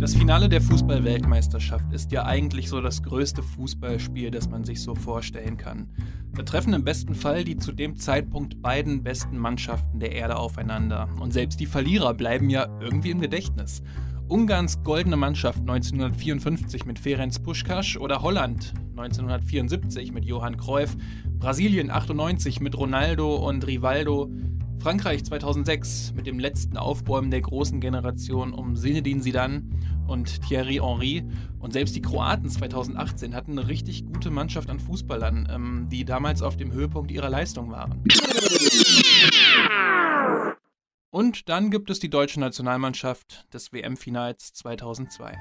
Das Finale der Fußball-Weltmeisterschaft ist ja eigentlich so das größte Fußballspiel, das man sich so vorstellen kann. Da treffen im besten Fall die zu dem Zeitpunkt beiden besten Mannschaften der Erde aufeinander. Und selbst die Verlierer bleiben ja irgendwie im Gedächtnis. Ungarns goldene Mannschaft 1954 mit Ferenc Puskás oder Holland 1974 mit Johann Cruyff, Brasilien 98 mit Ronaldo und Rivaldo, Frankreich 2006 mit dem letzten Aufbäumen der großen Generation um Zinedine Zidane und Thierry Henry, und selbst die Kroaten 2018 hatten eine richtig gute Mannschaft an Fußballern, die damals auf dem Höhepunkt ihrer Leistung waren. Und dann gibt es die deutsche Nationalmannschaft des WM-Finals 2002.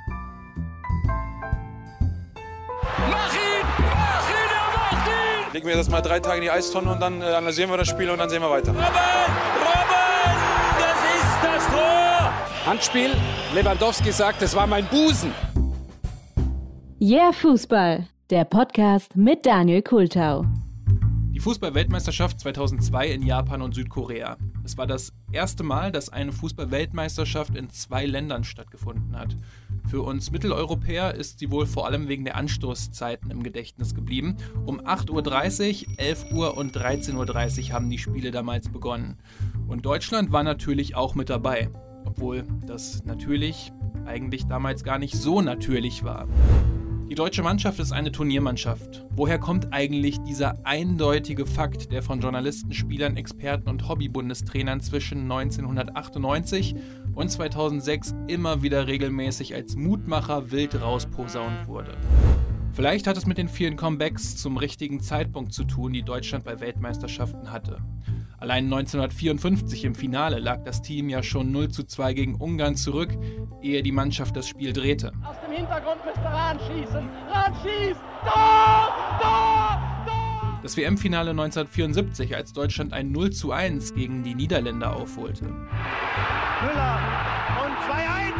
Mach ihn! Mach ihn! Er macht ihn! Legen wir das mal 3 Tage in die Eistonne und dann analysieren wir das Spiel und dann sehen wir weiter. Robben! Das ist das Tor! Handspiel, Lewandowski sagt, es war mein Busen. Yeah, Fußball, der Podcast mit Daniel Kultau. Die Fußball-Weltmeisterschaft 2002 in Japan und Südkorea. Es war das erste Mal, dass eine Fußball-Weltmeisterschaft in 2 Ländern stattgefunden hat. Für uns Mitteleuropäer ist sie wohl vor allem wegen der Anstoßzeiten im Gedächtnis geblieben. Um 8:30 Uhr, 11 Uhr und 13:30 Uhr haben die Spiele damals begonnen. Und Deutschland war natürlich auch mit dabei, obwohl das natürlich eigentlich damals gar nicht so natürlich war. Die deutsche Mannschaft ist eine Turniermannschaft. Woher kommt eigentlich dieser eindeutige Fakt, der von Journalisten, Spielern, Experten und Hobbybundestrainern zwischen 1998 und 2006 immer wieder regelmäßig als Mutmacher wild rausposaunt wurde? Vielleicht hat es mit den vielen Comebacks zum richtigen Zeitpunkt zu tun, die Deutschland bei Weltmeisterschaften hatte. Allein 1954 im Finale lag das Team ja schon 0:2 gegen Ungarn zurück, ehe die Mannschaft das Spiel drehte. Aus dem Hintergrund müsste Rahn schießen. Rahn schießt! Tor! Tor! Tor! Das WM-Finale 1974, als Deutschland ein 0:1 gegen die Niederländer aufholte. Müller und 2:1!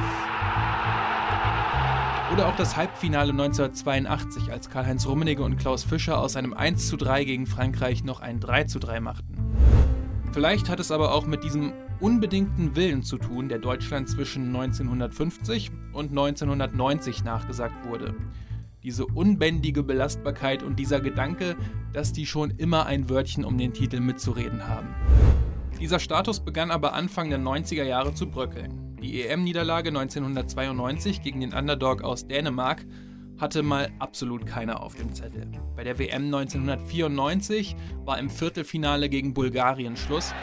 Oder auch das Halbfinale 1982, als Karl-Heinz Rummenigge und Klaus Fischer aus einem 1:3 gegen Frankreich noch ein 3:3 machten. Vielleicht hat es aber auch mit diesem unbedingten Willen zu tun, der Deutschland zwischen 1950 und 1990 nachgesagt wurde. Diese unbändige Belastbarkeit und dieser Gedanke, dass die schon immer ein Wörtchen um den Titel mitzureden haben. Dieser Status begann aber Anfang der 90er Jahre zu bröckeln. Die EM-Niederlage 1992 gegen den Underdog aus Dänemark hatte mal absolut keiner auf dem Zettel. Bei der WM 1994 war im Viertelfinale gegen Bulgarien Schluss.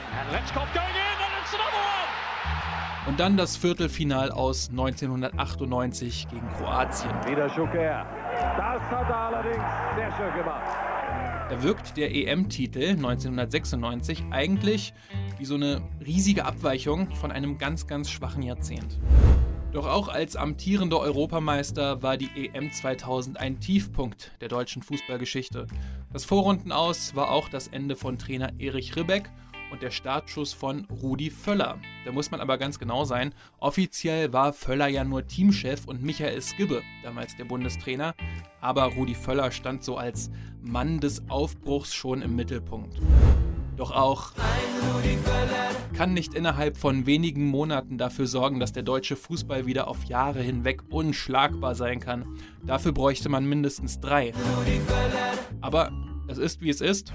Und dann das Viertelfinal aus 1998 gegen Kroatien. Wieder Joker. Das hat er allerdings sehr schön gemacht. Da wirkt der EM-Titel 1996 eigentlich wie so eine riesige Abweichung von einem ganz, ganz schwachen Jahrzehnt. Doch auch als amtierender Europameister war die EM 2000 ein Tiefpunkt der deutschen Fußballgeschichte. Das Vorrundenaus war auch das Ende von Trainer Erich Ribbeck und der Startschuss von Rudi Völler. Da muss man aber ganz genau sein, offiziell war Völler ja nur Teamchef und Michael Skibbe, damals der Bundestrainer, aber Rudi Völler stand so als Mann des Aufbruchs schon im Mittelpunkt. Doch auch kann nicht innerhalb von wenigen Monaten dafür sorgen, dass der deutsche Fußball wieder auf Jahre hinweg unschlagbar sein kann. Dafür bräuchte man mindestens 3. Aber es ist, wie es ist.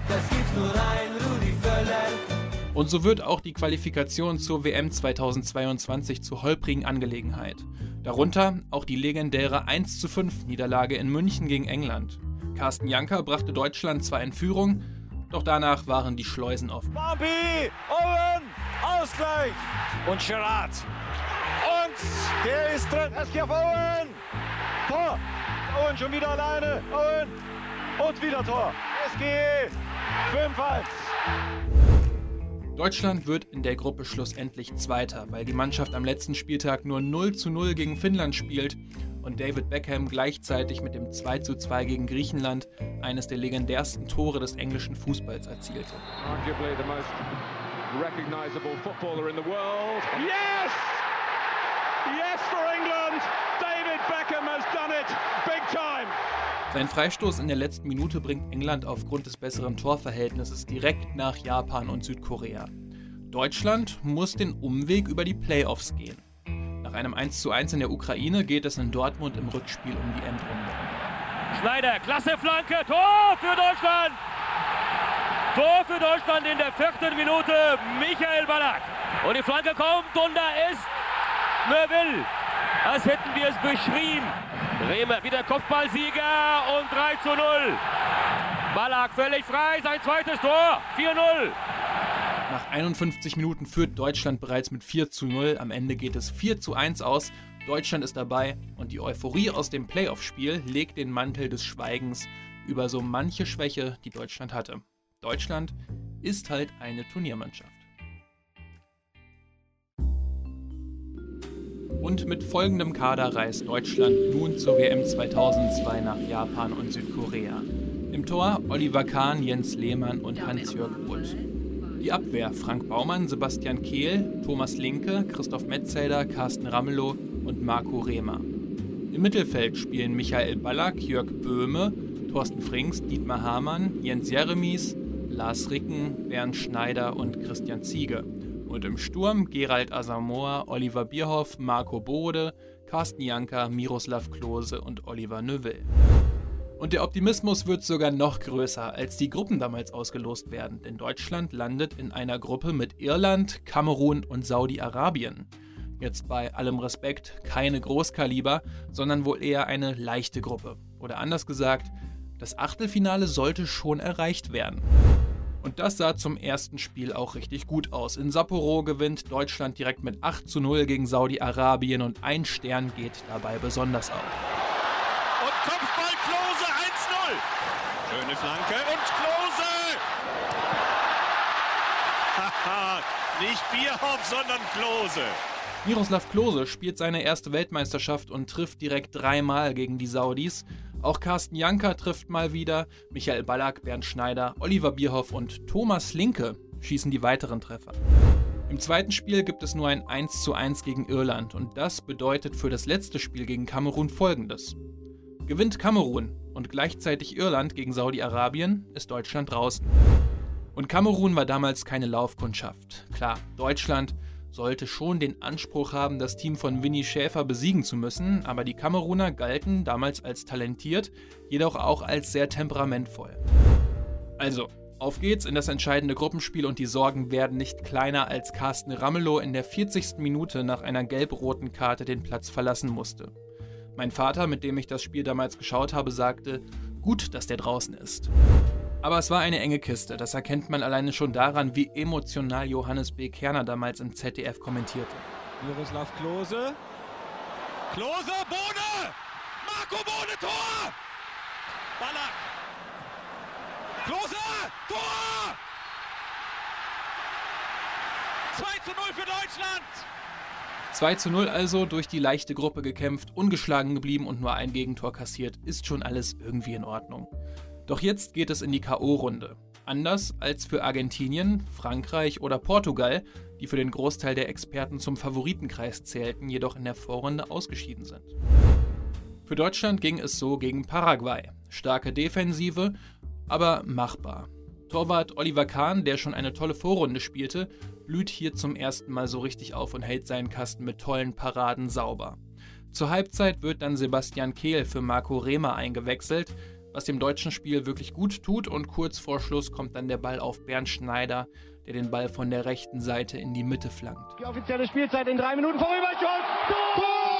Und so wird auch die Qualifikation zur WM 2022 zur holprigen Angelegenheit. Darunter auch die legendäre 1:5 Niederlage in München gegen England. Carsten Janker brachte Deutschland zwar in Führung, doch danach waren die Schleusen offen. Bambi! Owen! Ausgleich! Und Gerrard! Und der ist drin! SG Owen! Tor! Owen schon wieder alleine! Owen! Und wieder Tor! SG 5:1! Deutschland wird in der Gruppe schlussendlich Zweiter, weil die Mannschaft am letzten Spieltag nur 0:0 gegen Finnland spielt und David Beckham gleichzeitig mit dem 2:2 gegen Griechenland eines der legendärsten Tore des englischen Fußballs erzielte. Arguably the most recognizable footballer in the world. Yes! Yes for England! David Beckham has done it! Big time! Sein Freistoß in der letzten Minute bringt England aufgrund des besseren Torverhältnisses direkt nach Japan und Südkorea. Deutschland muss den Umweg über die Playoffs gehen. Nach einem 1:1 in der Ukraine geht es in Dortmund im Rückspiel um die Endrunde. Schneider, klasse Flanke, Tor für Deutschland! Tor für Deutschland in der 4. Minute, Michael Ballack. Und die Flanke kommt und da ist Neuville. Als hätten wir es beschrieben. Bremer wieder Kopfballsieger und 3:0. Ballack völlig frei, sein zweites Tor, 4:0. Nach 51 Minuten führt Deutschland bereits mit 4:0. Am Ende geht es 4:1 aus. Deutschland ist dabei und die Euphorie aus dem Playoff-Spiel legt den Mantel des Schweigens über so manche Schwäche, die Deutschland hatte. Deutschland ist halt eine Turniermannschaft. Und mit folgendem Kader reist Deutschland nun zur WM 2002 nach Japan und Südkorea. Im Tor Oliver Kahn, Jens Lehmann und Hans-Jörg Butt. Die Abwehr Frank Baumann, Sebastian Kehl, Thomas Linke, Christoph Metzelder, Carsten Ramelow und Marco Rehmer. Im Mittelfeld spielen Michael Ballack, Jörg Böhme, Thorsten Frings, Dietmar Hamann, Jens Jeremies, Lars Ricken, Bernd Schneider und Christian Ziege. Und im Sturm Gerald Asamoah, Oliver Bierhoff, Marco Bode, Carsten Janka, Miroslav Klose und Oliver Neuville. Und der Optimismus wird sogar noch größer, als die Gruppen damals ausgelost werden, denn Deutschland landet in einer Gruppe mit Irland, Kamerun und Saudi-Arabien. Jetzt bei allem Respekt keine Großkaliber, sondern wohl eher eine leichte Gruppe. Oder anders gesagt, das Achtelfinale sollte schon erreicht werden. Und das sah zum ersten Spiel auch richtig gut aus. In Sapporo gewinnt Deutschland direkt mit 8:0 gegen Saudi-Arabien und ein Stern geht dabei besonders auf. Und Kopfball Klose 1:0. Schöne Flanke und Klose. Haha, nicht Bierhoff, sondern Klose. Miroslav Klose spielt seine erste Weltmeisterschaft und trifft direkt 3-mal gegen die Saudis. Auch Carsten Janka trifft mal wieder, Michael Ballack, Bernd Schneider, Oliver Bierhoff und Thomas Linke schießen die weiteren Treffer. Im zweiten Spiel gibt es nur ein 1:1 gegen Irland und das bedeutet für das letzte Spiel gegen Kamerun Folgendes. Gewinnt Kamerun und gleichzeitig Irland gegen Saudi-Arabien, ist Deutschland draußen. Und Kamerun war damals keine Laufkundschaft. Klar, Deutschland sollte schon den Anspruch haben, das Team von Winnie Schäfer besiegen zu müssen, aber die Kameruner galten damals als talentiert, jedoch auch als sehr temperamentvoll. Also, auf geht's in das entscheidende Gruppenspiel und die Sorgen werden nicht kleiner, als Carsten Ramelow in der 40. Minute nach einer gelb-roten Karte den Platz verlassen musste. Mein Vater, mit dem ich das Spiel damals geschaut habe, sagte, gut, dass der draußen ist. Aber es war eine enge Kiste, das erkennt man alleine schon daran, wie emotional Johannes B. Kerner damals im ZDF kommentierte. Miroslav Klose. Klose, Bode! Marco Bode, Tor! Ballack! Klose, Tor! 2:0 für Deutschland! 2:0 also, durch die leichte Gruppe gekämpft, ungeschlagen geblieben und nur ein Gegentor kassiert, ist schon alles irgendwie in Ordnung. Doch jetzt geht es in die K.O.-Runde. Anders als für Argentinien, Frankreich oder Portugal, die für den Großteil der Experten zum Favoritenkreis zählten, jedoch in der Vorrunde ausgeschieden sind. Für Deutschland ging es so gegen Paraguay. Starke Defensive, aber machbar. Torwart Oliver Kahn, der schon eine tolle Vorrunde spielte, blüht hier zum ersten Mal so richtig auf und hält seinen Kasten mit tollen Paraden sauber. Zur Halbzeit wird dann Sebastian Kehl für Marco Rehmer eingewechselt, was dem deutschen Spiel wirklich gut tut, und kurz vor Schluss kommt dann der Ball auf Bernd Schneider, der den Ball von der rechten Seite in die Mitte flankt. Die offizielle Spielzeit in 3 Minuten vorüber. Tor!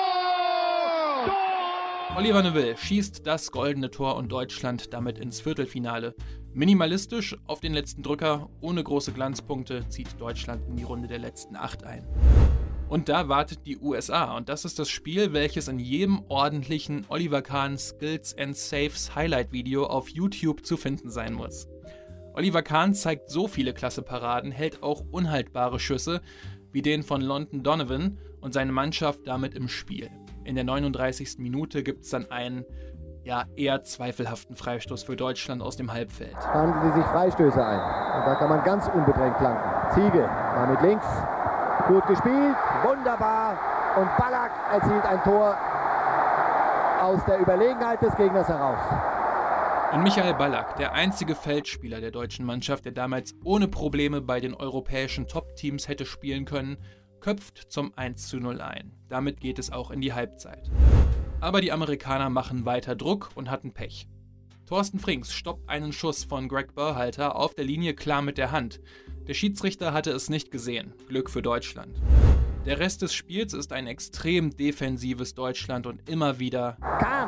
Tor! Oliver Neuville schießt das goldene Tor und Deutschland damit ins Viertelfinale. Minimalistisch auf den letzten Drücker, ohne große Glanzpunkte, zieht Deutschland in die Runde der letzten 8 ein. Und da wartet die USA und das ist das Spiel, welches in jedem ordentlichen Oliver Kahn Skills and Saves Highlight Video auf YouTube zu finden sein muss. Oliver Kahn zeigt so viele klasse Paraden, hält auch unhaltbare Schüsse, wie den von London Donovan und seine Mannschaft damit im Spiel. In der 39. Minute gibt es dann einen, eher zweifelhaften Freistoß für Deutschland aus dem Halbfeld. Handeln sie sich Freistöße ein und da kann man ganz unbedrängt flanken. Ziege war mit links. Gut gespielt, wunderbar, und Ballack erzielt ein Tor aus der Überlegenheit des Gegners heraus. Und Michael Ballack, der einzige Feldspieler der deutschen Mannschaft, der damals ohne Probleme bei den europäischen Top-Teams hätte spielen können, köpft zum 1:0 ein. Damit geht es auch in die Halbzeit. Aber die Amerikaner machen weiter Druck und hatten Pech. Thorsten Frings stoppt einen Schuss von Greg Berhalter auf der Linie klar mit der Hand. Der Schiedsrichter hatte es nicht gesehen. Glück für Deutschland. Der Rest des Spiels ist ein extrem defensives Deutschland und immer wieder Kahn!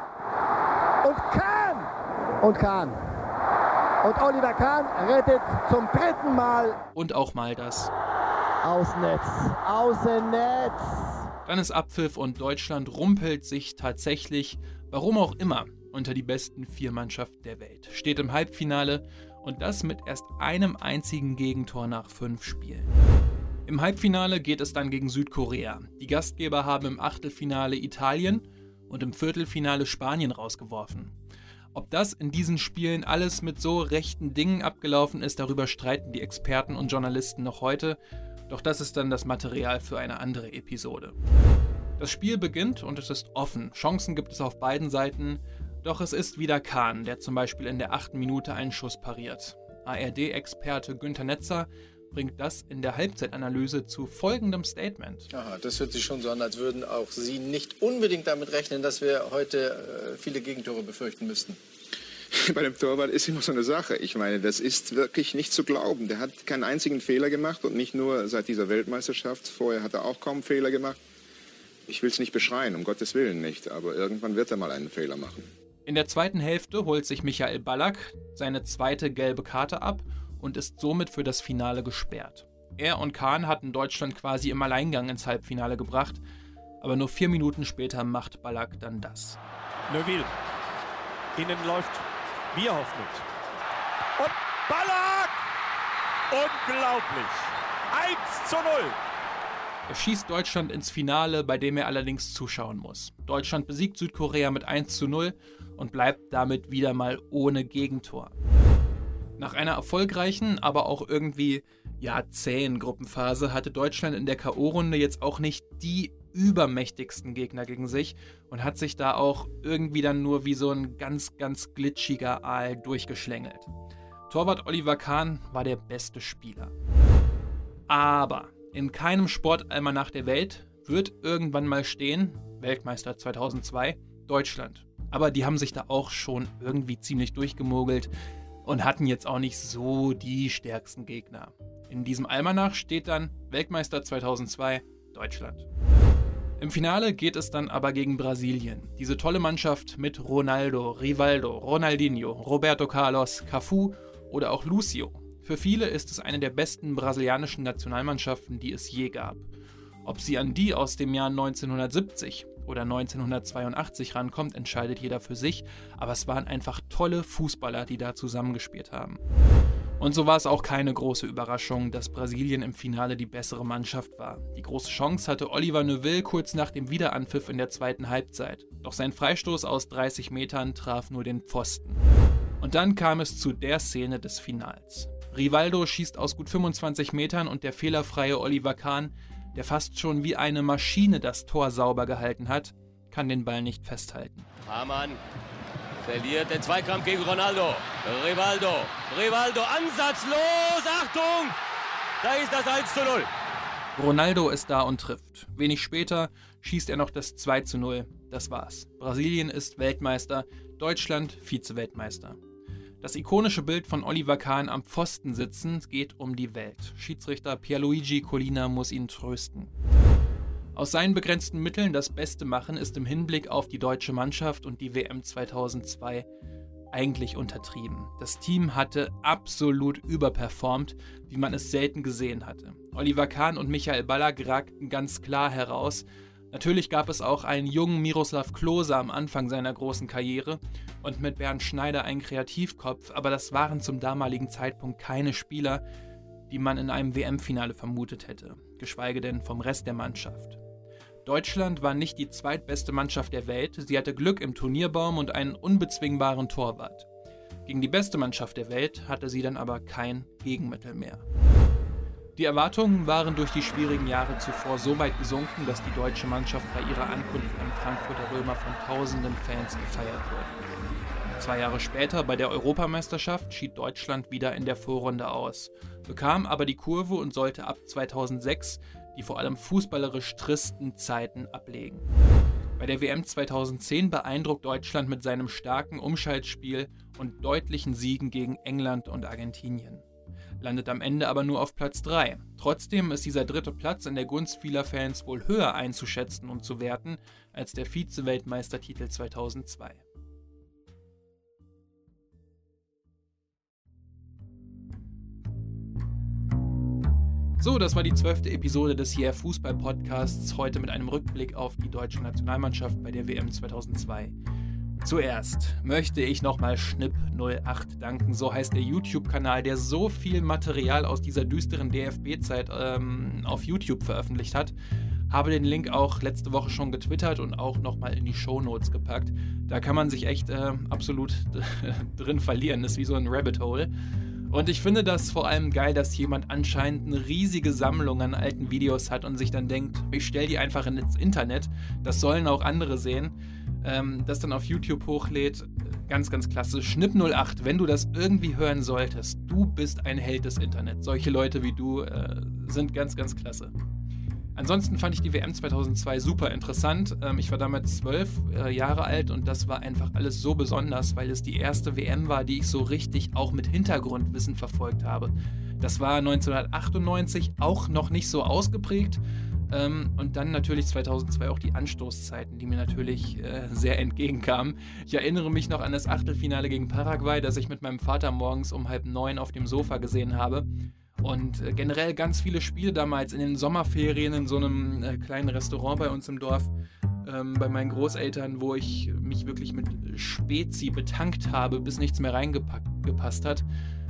Und Kahn! Und Kahn! Und Oliver Kahn rettet zum 3. Mal. Und auch mal das. Außennetz! Außennetz! Dann ist Abpfiff und Deutschland rumpelt sich tatsächlich, warum auch immer, unter die besten 4 Mannschaften der Welt. Steht im Halbfinale und das mit erst einem einzigen Gegentor nach 5 Spielen. Im Halbfinale geht es dann gegen Südkorea. Die Gastgeber haben im Achtelfinale Italien und im Viertelfinale Spanien rausgeworfen. Ob das in diesen Spielen alles mit so rechten Dingen abgelaufen ist, darüber streiten die Experten und Journalisten noch heute. Doch das ist dann das Material für eine andere Episode. Das Spiel beginnt und es ist offen. Chancen gibt es auf beiden Seiten. Doch es ist wieder Kahn, der zum Beispiel in der 8. Minute einen Schuss pariert. ARD-Experte Günther Netzer bringt das in der Halbzeitanalyse zu folgendem Statement. Aha, das hört sich schon so an, als würden auch Sie nicht unbedingt damit rechnen, dass wir heute viele Gegentore befürchten müssten. Bei dem Torwart ist immer so eine Sache. Ich meine, das ist wirklich nicht zu glauben. Der hat keinen einzigen Fehler gemacht und nicht nur seit dieser Weltmeisterschaft. Vorher hat er auch kaum Fehler gemacht. Ich will es nicht beschreien, um Gottes Willen nicht, aber irgendwann wird er mal einen Fehler machen. In der zweiten Hälfte holt sich Michael Ballack seine zweite gelbe Karte ab und ist somit für das Finale gesperrt. Er und Kahn hatten Deutschland quasi im Alleingang ins Halbfinale gebracht, aber nur 4 Minuten später macht Ballack dann das. Neuville. Innen läuft Bierhoff mit. Und Ballack! Unglaublich! 1:0! Er schießt Deutschland ins Finale, bei dem er allerdings zuschauen muss. Deutschland besiegt Südkorea mit 1:0 und bleibt damit wieder mal ohne Gegentor. Nach einer erfolgreichen, aber auch irgendwie zähen Gruppenphase hatte Deutschland in der K.O.-Runde jetzt auch nicht die übermächtigsten Gegner gegen sich und hat sich da auch irgendwie dann nur wie so ein ganz, ganz glitschiger Aal durchgeschlängelt. Torwart Oliver Kahn war der beste Spieler. Aber in keinem Sportalmanach der Welt wird irgendwann mal stehen, Weltmeister 2002, Deutschland. Aber die haben sich da auch schon irgendwie ziemlich durchgemogelt und hatten jetzt auch nicht so die stärksten Gegner. In diesem Almanach steht dann Weltmeister 2002, Deutschland. Im Finale geht es dann aber gegen Brasilien. Diese tolle Mannschaft mit Ronaldo, Rivaldo, Ronaldinho, Roberto Carlos, Cafu oder auch Lucio. Für viele ist es eine der besten brasilianischen Nationalmannschaften, die es je gab. Ob sie an die aus dem Jahr 1970 oder 1982 rankommt, entscheidet jeder für sich, aber es waren einfach tolle Fußballer, die da zusammengespielt haben. Und so war es auch keine große Überraschung, dass Brasilien im Finale die bessere Mannschaft war. Die große Chance hatte Oliver Neuville kurz nach dem Wiederanpfiff in der zweiten Halbzeit. Doch sein Freistoß aus 30 Metern traf nur den Pfosten. Und dann kam es zu der Szene des Finals. Rivaldo schießt aus gut 25 Metern und der fehlerfreie Oliver Kahn, der fast schon wie eine Maschine das Tor sauber gehalten hat, kann den Ball nicht festhalten. Hamann verliert den Zweikampf gegen Ronaldo. Rivaldo, ansatzlos, Achtung! Da ist das 1:0. Ronaldo ist da und trifft. Wenig später schießt er noch das 2:0. Das war's. Brasilien ist Weltmeister, Deutschland Vize-Weltmeister. Das ikonische Bild von Oliver Kahn am Pfosten sitzend geht um die Welt. Schiedsrichter Pierluigi Collina muss ihn trösten. Aus seinen begrenzten Mitteln das Beste machen, ist im Hinblick auf die deutsche Mannschaft und die WM 2002 eigentlich untertrieben. Das Team hatte absolut überperformt, wie man es selten gesehen hatte. Oliver Kahn und Michael Ballack ragten ganz klar heraus. Natürlich gab es auch einen jungen Miroslav Klose am Anfang seiner großen Karriere und mit Bernd Schneider einen Kreativkopf, aber das waren zum damaligen Zeitpunkt keine Spieler, die man in einem WM-Finale vermutet hätte, geschweige denn vom Rest der Mannschaft. Deutschland war nicht die zweitbeste Mannschaft der Welt, sie hatte Glück im Turnierbaum und einen unbezwingbaren Torwart. Gegen die beste Mannschaft der Welt hatte sie dann aber kein Gegenmittel mehr. Die Erwartungen waren durch die schwierigen Jahre zuvor so weit gesunken, dass die deutsche Mannschaft bei ihrer Ankunft im Frankfurter Römer von tausenden Fans gefeiert wurde. 2 Jahre später, bei der Europameisterschaft, schied Deutschland wieder in der Vorrunde aus, bekam aber die Kurve und sollte ab 2006 die vor allem fußballerisch tristen Zeiten ablegen. Bei der WM 2010 beeindruckt Deutschland mit seinem starken Umschaltspiel und deutlichen Siegen gegen England und Argentinien. Landet am Ende aber nur auf Platz 3. Trotzdem ist dieser 3. Platz in der Gunst vieler Fans wohl höher einzuschätzen und zu werten als der Vize-Weltmeistertitel 2002. So, das war die 12. Episode des Yeah Fußball Podcasts, heute mit einem Rückblick auf die deutsche Nationalmannschaft bei der WM 2002. Zuerst möchte ich nochmal Schnipp08 danken, so heißt der YouTube-Kanal, der so viel Material aus dieser düsteren DFB-Zeit auf YouTube veröffentlicht hat. Habe den Link auch letzte Woche schon getwittert und auch nochmal in die Shownotes gepackt. Da kann man sich echt absolut drin verlieren, das ist wie so ein Rabbit Hole. Und ich finde das vor allem geil, dass jemand anscheinend eine riesige Sammlung an alten Videos hat und sich dann denkt, ich stelle die einfach ins Internet, das sollen auch andere sehen, das dann auf YouTube hochlädt. Ganz, ganz klasse. Schnipp08, wenn du das irgendwie hören solltest, du bist ein Held des Internets. Solche Leute wie du sind ganz, ganz klasse. Ansonsten fand ich die WM 2002 super interessant. Ich war damals 12 Jahre alt und das war einfach alles so besonders, weil es die erste WM war, die ich so richtig auch mit Hintergrundwissen verfolgt habe. Das war 1998 auch noch nicht so ausgeprägt und dann natürlich 2002 auch die Anstoßzeiten, die mir natürlich sehr entgegenkamen. Ich erinnere mich noch an das Achtelfinale gegen Paraguay, das ich mit meinem Vater morgens um 8:30 auf dem Sofa gesehen habe. Und generell ganz viele Spiele damals in den Sommerferien in so einem kleinen Restaurant bei uns im Dorf, bei meinen Großeltern, wo ich mich wirklich mit Spezi betankt habe, bis nichts mehr reingepasst hat.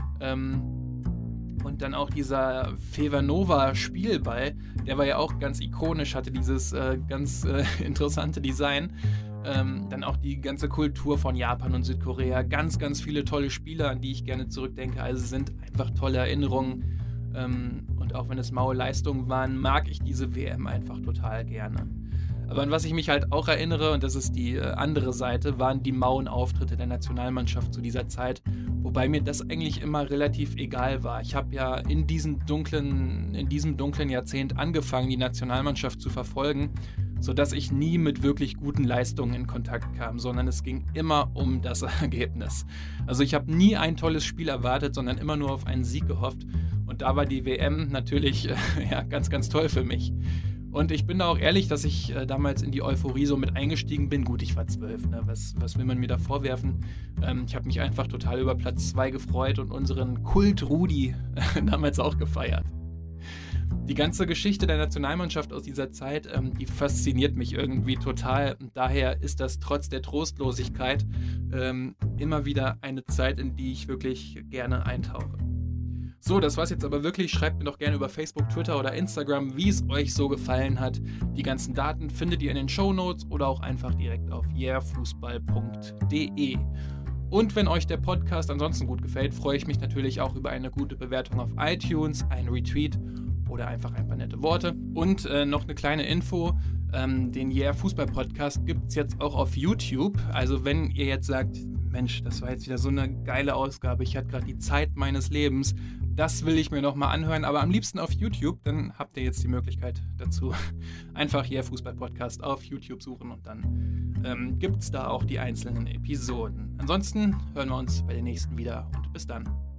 Und dann auch dieser Fevernova-Spielball, der war ja auch ganz ikonisch, hatte dieses ganz interessante Design. Dann auch die ganze Kultur von Japan und Südkorea. Ganz, ganz viele tolle Spiele, an die ich gerne zurückdenke. Also es sind einfach tolle Erinnerungen. Und auch wenn es maue Leistungen waren, mag ich diese WM einfach total gerne. Aber an was ich mich halt auch erinnere, und das ist die andere Seite, waren die mauen Auftritte der Nationalmannschaft zu dieser Zeit. Wobei mir das eigentlich immer relativ egal war. Ich habe ja in diesem dunklen Jahrzehnt angefangen, die Nationalmannschaft zu verfolgen, sodass ich nie mit wirklich guten Leistungen in Kontakt kam, sondern es ging immer um das Ergebnis. Also ich habe nie ein tolles Spiel erwartet, sondern immer nur auf einen Sieg gehofft. Und da war die WM natürlich ganz, ganz toll für mich. Und ich bin da auch ehrlich, dass ich damals in die Euphorie so mit eingestiegen bin. Gut, ich war 12, ne? Was will man mir da vorwerfen? Ich habe mich einfach total über Platz 2 gefreut und unseren Kult Rudi damals auch gefeiert. Die ganze Geschichte der Nationalmannschaft aus dieser Zeit, die fasziniert mich irgendwie total. Und daher ist das trotz der Trostlosigkeit immer wieder eine Zeit, in die ich wirklich gerne eintauche. So, das war's jetzt aber wirklich. Schreibt mir doch gerne über Facebook, Twitter oder Instagram, wie es euch so gefallen hat. Die ganzen Daten findet ihr in den Shownotes oder auch einfach direkt auf yeahfußball.de. Und wenn euch der Podcast ansonsten gut gefällt, freue ich mich natürlich auch über eine gute Bewertung auf iTunes, einen Retweet oder einfach ein paar nette Worte. Und noch eine kleine Info, den Yeah Fußball Podcast gibt es jetzt auch auf YouTube. Also wenn ihr jetzt sagt, Mensch, das war jetzt wieder so eine geile Ausgabe, ich hatte gerade die Zeit meines Lebens, das will ich mir nochmal anhören, aber am liebsten auf YouTube, dann habt ihr jetzt die Möglichkeit dazu. Einfach Yeah Fußball Podcast auf YouTube suchen und dann gibt es da auch die einzelnen Episoden. Ansonsten hören wir uns bei den nächsten wieder und bis dann.